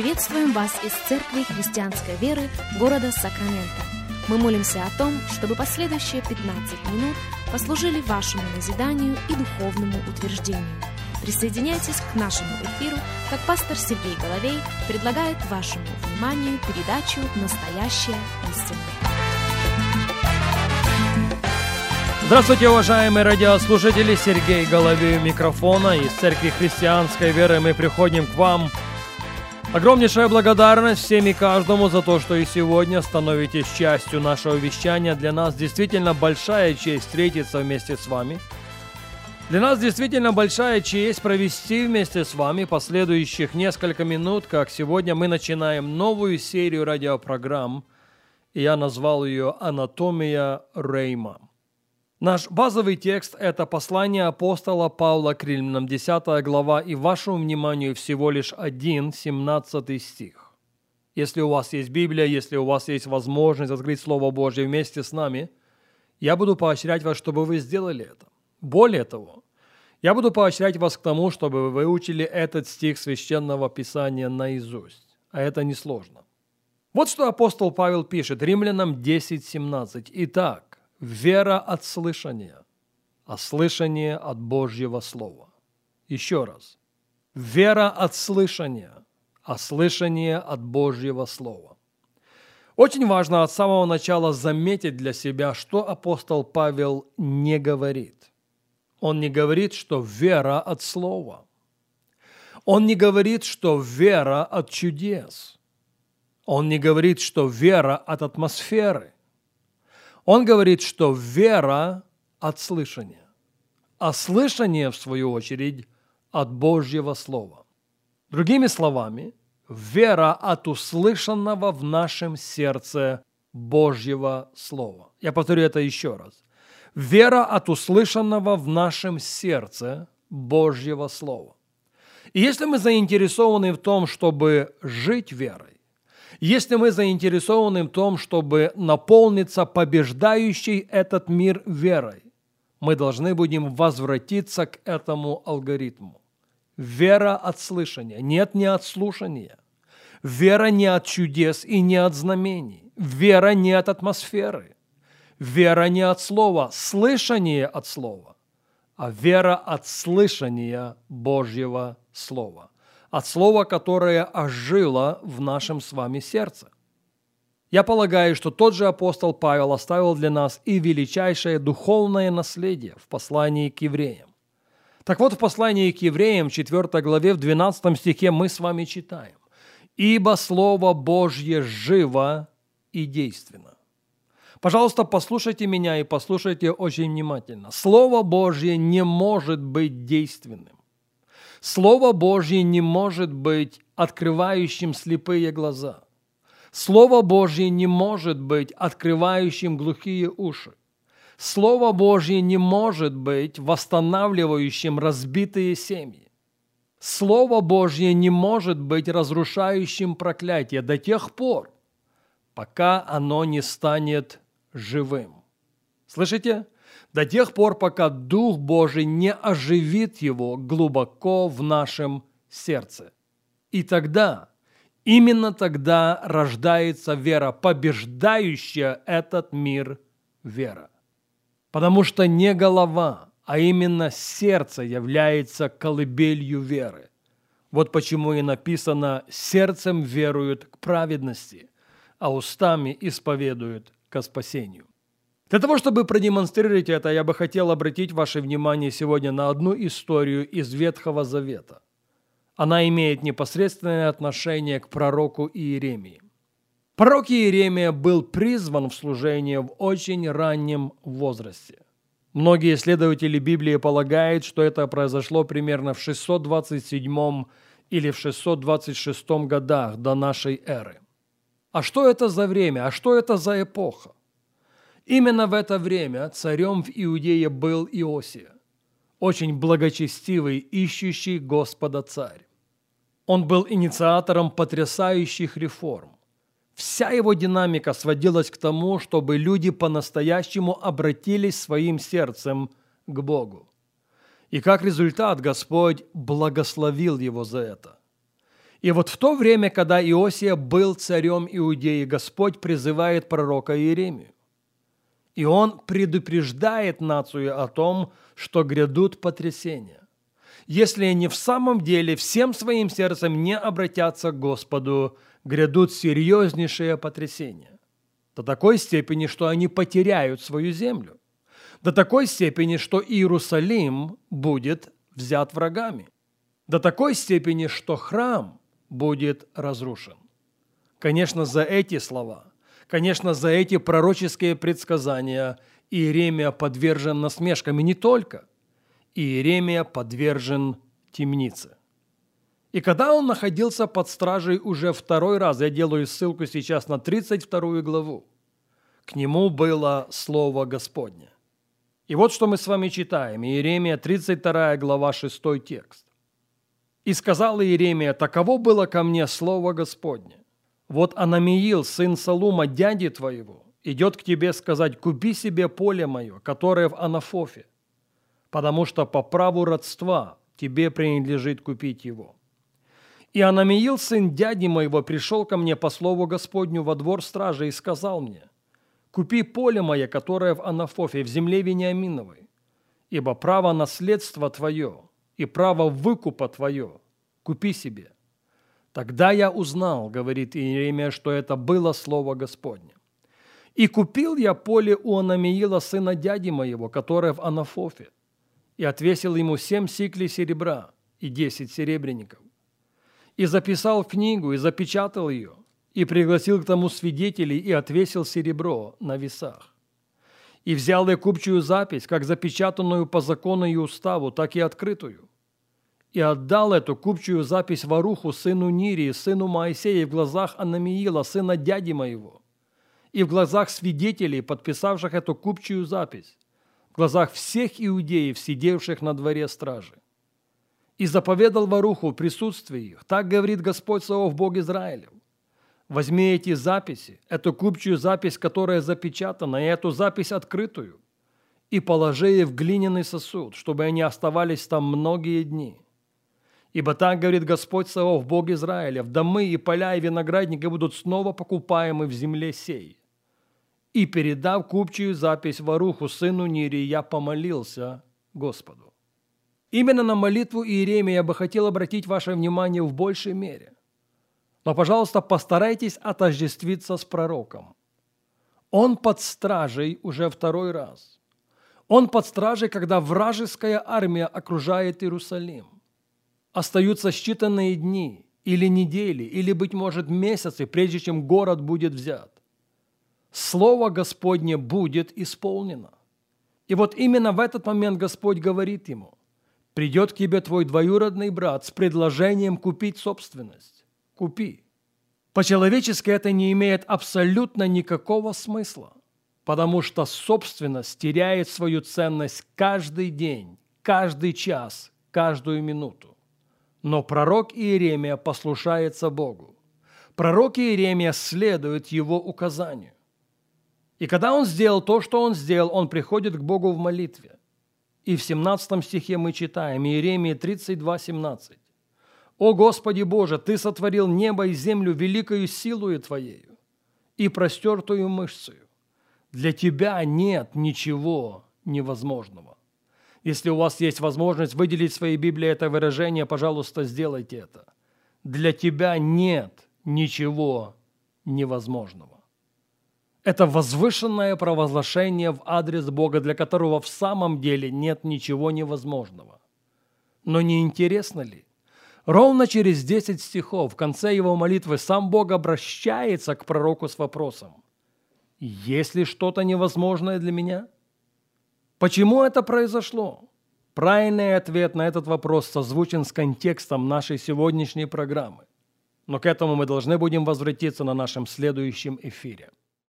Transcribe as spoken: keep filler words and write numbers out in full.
Приветствуем вас из Церкви Христианской Веры города Сакраменто. Мы молимся о том, чтобы последующие пятнадцать минут послужили вашему назиданию и духовному утверждению. Присоединяйтесь к нашему эфиру, как пастор Сергей Головей предлагает вашему вниманию передачу «Настоящая истина». Здравствуйте, уважаемые радиослушатели! Сергей Головей у микрофона. Из Церкви Христианской Веры мы приходим к вам. Огромнейшая благодарность всем и каждому за то, что и сегодня становитесь частью нашего вещания. Для нас действительно большая честь встретиться вместе с вами. Для нас действительно большая честь провести вместе с вами последующих несколько минут, как сегодня мы начинаем новую серию радиопрограмм, и я назвал ее «Анатомия Рейма». Наш базовый текст – это послание апостола Павла к Римлянам, десятая глава, и вашему вниманию всего лишь один, семнадцатый стих. Если у вас есть Библия, если у вас есть возможность открыть Слово Божье вместе с нами, я буду поощрять вас, чтобы вы сделали это. Более того, я буду поощрять вас к тому, чтобы вы выучили этот стих Священного Писания наизусть, а это несложно. Вот что апостол Павел пишет, Римлянам десять семнадцать. «Итак, вера от слышания, а слышание от Божьего Слова». Еще раз. Вера от слышания, а слышание от Божьего Слова. Очень важно от самого начала заметить для себя, что апостол Павел не говорит. Он не говорит, что вера от Слова. Он не говорит, что вера от чудес. Он не говорит, что вера от атмосферы. Он говорит, что вера от слышания, а слышание, в свою очередь, от Божьего Слова. Другими словами, вера от услышанного в нашем сердце Божьего Слова. Я повторю это еще раз. Вера от услышанного в нашем сердце Божьего Слова. И если мы заинтересованы в том, чтобы жить верой, если мы заинтересованы в том, чтобы наполниться побеждающей этот мир верой, мы должны будем возвратиться к этому алгоритму. Вера от слышания, нет, не от слушания. Вера не от чудес и не от знамений. Вера не от атмосферы. Вера не от слова, слышание от слова, а вера от слышания Божьего Слова. От слова, которое ожило в нашем с вами сердце. Я полагаю, что тот же апостол Павел оставил для нас и величайшее духовное наследие в послании к евреям. Так вот, в послании к евреям, в четвёртой главе, в двенадцатом стихе мы с вами читаем: «Ибо Слово Божье живо и действенно». Пожалуйста, послушайте меня и послушайте очень внимательно. Слово Божье не может быть действенным. Слово Божье не может быть открывающим слепые глаза. Слово Божье не может быть открывающим глухие уши. Слово Божье не может быть восстанавливающим разбитые семьи. Слово Божье не может быть разрушающим проклятие до тех пор, пока оно не станет живым. Слышите? До тех пор, пока Дух Божий не оживит его глубоко в нашем сердце. И тогда, именно тогда рождается вера, побеждающая этот мир вера. Потому что не голова, а именно сердце является колыбелью веры. Вот почему и написано: «Сердцем веруют к праведности, а устами исповедуют ко спасению». Для того, чтобы продемонстрировать это, я бы хотел обратить ваше внимание сегодня на одну историю из Ветхого Завета. Она имеет непосредственное отношение к пророку Иеремии. Пророк Иеремия был призван в служение в очень раннем возрасте. Многие исследователи Библии полагают, что это произошло примерно в шестьсот двадцать седьмом или в шестьсот двадцать шестом годах до нашей эры. А что это за время? А что это за эпоха? Именно в это время царем в Иудее был Иосия, очень благочестивый, ищущий Господа царь. Он был инициатором потрясающих реформ. Вся его динамика сводилась к тому, чтобы люди по-настоящему обратились своим сердцем к Богу. И как результат Господь благословил его за это. И вот в то время, когда Иосия был царем Иудеи, Господь призывает пророка Иеремию. И он предупреждает нацию о том, что грядут потрясения, если они в самом деле всем своим сердцем не обратятся к Господу, грядут серьезнейшие потрясения. До такой степени, что они потеряют свою землю. До такой степени, что Иерусалим будет взят врагами. До такой степени, что храм будет разрушен. Конечно, за эти слова, конечно, за эти пророческие предсказания Иеремия подвержен насмешкам, и не только. Иеремия подвержен темнице. И когда он находился под стражей уже второй раз, я делаю ссылку сейчас на тридцать вторую главу, к нему было Слово Господне. И вот что мы с вами читаем. Иеремия, тридцать вторая глава, шестой текст. «И сказал Иеремия: таково было ко мне Слово Господне. Вот Анамиил, сын Салума, дяди твоего, идет к тебе сказать: купи себе поле мое, которое в Анафофе, потому что по праву родства тебе принадлежит купить его. И Анамиил, сын дяди моего, пришел ко мне по слову Господню во двор стражи и сказал мне: купи поле мое, которое в Анафофе, в земле Вениаминовой, ибо право наследства твое и право выкупа твое купи себе. Тогда я узнал, говорит Иеремия, что это было слово Господне. И купил я поле у Анамиила, сына дяди моего, которое в Анафофе, и отвесил ему семь сиклей серебра и десять серебряников. И записал книгу, и запечатал ее, и пригласил к тому свидетелей, и отвесил серебро на весах. И взял я купчую запись, как запечатанную по закону и уставу, так и открытую, и отдал эту купчую запись Варуху, сыну Нирии, сыну Моисея, в глазах Анамиила, сына дяди моего, и в глазах свидетелей, подписавших эту купчую запись, в глазах всех иудеев, сидевших на дворе стражи. И заповедал Варуху в присутствии их: так говорит Господь Саваоф, Бог Израилев: возьми эти записи, эту купчую запись, которая запечатана, и эту запись открытую, и положи ее в глиняный сосуд, чтобы они оставались там многие дни. Ибо так говорит Господь Саваоф, Бог Израилев: домы и поля и виноградники будут снова покупаемы в земле сей. И, передав купчую запись Варуху, сыну Нирии, я помолился Господу». Именно на молитву Иеремии я бы хотел обратить ваше внимание в большей мере. Но, пожалуйста, постарайтесь отождествиться с пророком. Он под стражей уже второй раз. Он под стражей, когда вражеская армия окружает Иерусалим. Остаются считанные дни или недели, или, быть может, месяцы, прежде чем город будет взят. Слово Господне будет исполнено. И вот именно в этот момент Господь говорит ему: придет к тебе твой двоюродный брат с предложением купить собственность. Купи. По-человечески это не имеет абсолютно никакого смысла, потому что собственность теряет свою ценность каждый день, каждый час, каждую минуту. Но пророк Иеремия послушается Богу. Пророк Иеремия следует его указанию. И когда он сделал то, что он сделал, он приходит к Богу в молитве. И в семнадцатом стихе мы читаем, Иеремия тридцать два семнадцать. «О Господи Боже, Ты сотворил небо и землю великою силою Твоею и простертую мышцею. Для Тебя нет ничего невозможного». Если у вас есть возможность выделить в своей Библии это выражение, пожалуйста, сделайте это. Для Тебя нет ничего невозможного. Это возвышенное провозглашение в адрес Бога, для которого в самом деле нет ничего невозможного. Но не интересно ли? Ровно через десять стихов в конце его молитвы сам Бог обращается к пророку с вопросом: «Есть ли что-то невозможное для меня?» Почему это произошло? Правильный ответ на этот вопрос созвучен с контекстом нашей сегодняшней программы. Но к этому мы должны будем возвратиться на нашем следующем эфире.